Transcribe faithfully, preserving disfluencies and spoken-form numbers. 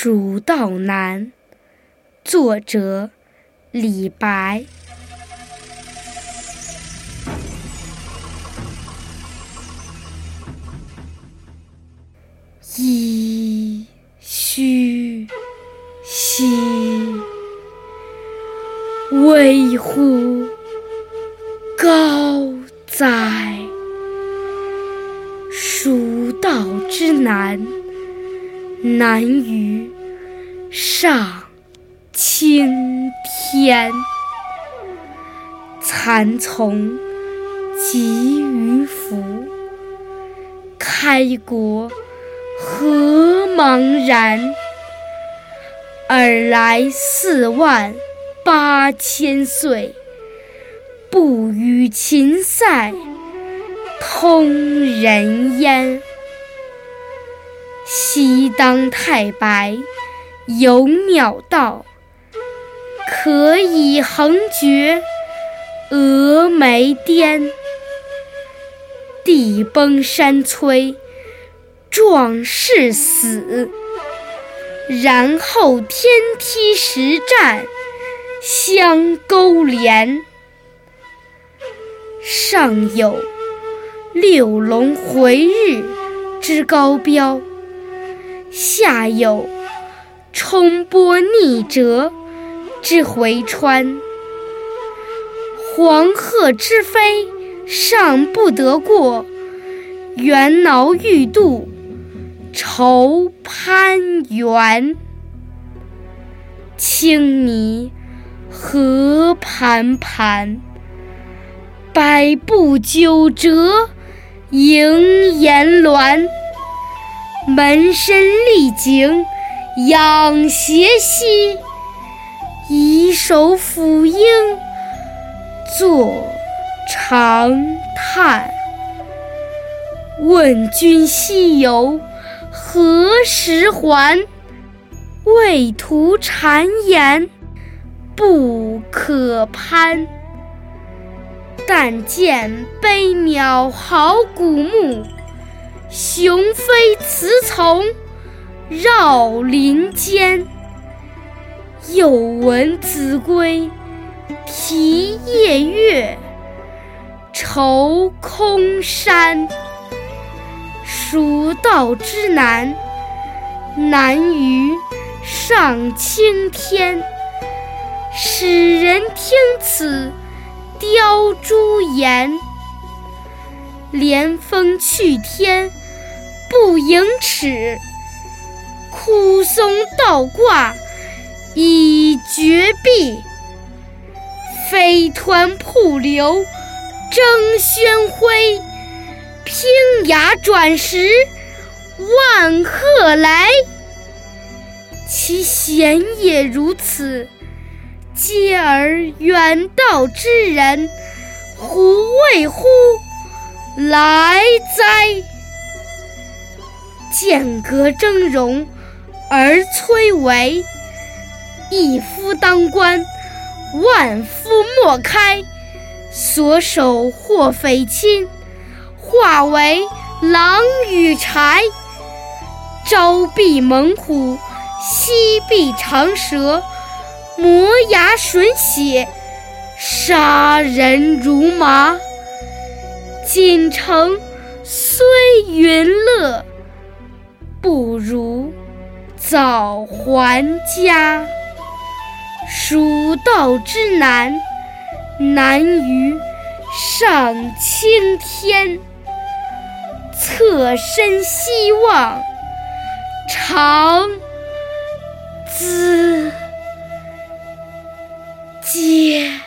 蜀道难，作者李白。噫吁兮，危乎高哉！蜀道之难，难于上青天。蚕丛及鱼凫，开国何茫然！尔来四万八千岁，不与秦塞通人烟。西当太白有鸟道，可以横绝峨眉巅。地崩山摧壮士死，然后天梯石栈相勾连。上有六龙回日之高标，下有冲波逆折之回川。黄鹤之飞尚不得过，猿猱欲度愁攀援。青泥何盘盘，百步九折萦岩峦。门深丽景仰斜溪，以手抚膺作长叹。问君西游何时还？畏途谗言不可攀。但见悲渺好古木，雄飞雌从绕林间。又闻子规啼夜月，愁空山。蜀道之难，难于上青天。使人听此凋朱颜。连峰去天不盈尺，枯松倒挂倚绝壁。飞湍瀑流争喧哗，平崖转石万壑来。其贤也如此，嗟尔远道之人，胡为乎来哉！剑阁峥嵘而崔嵬，一夫当关，万夫莫开。所守或匪亲，化为狼与豺。朝避猛虎，夕避长蛇，磨牙吮血，杀人如麻。锦城虽云乐，不如早还家。蜀道之难，难于上青天。侧身西望，长咨嗟。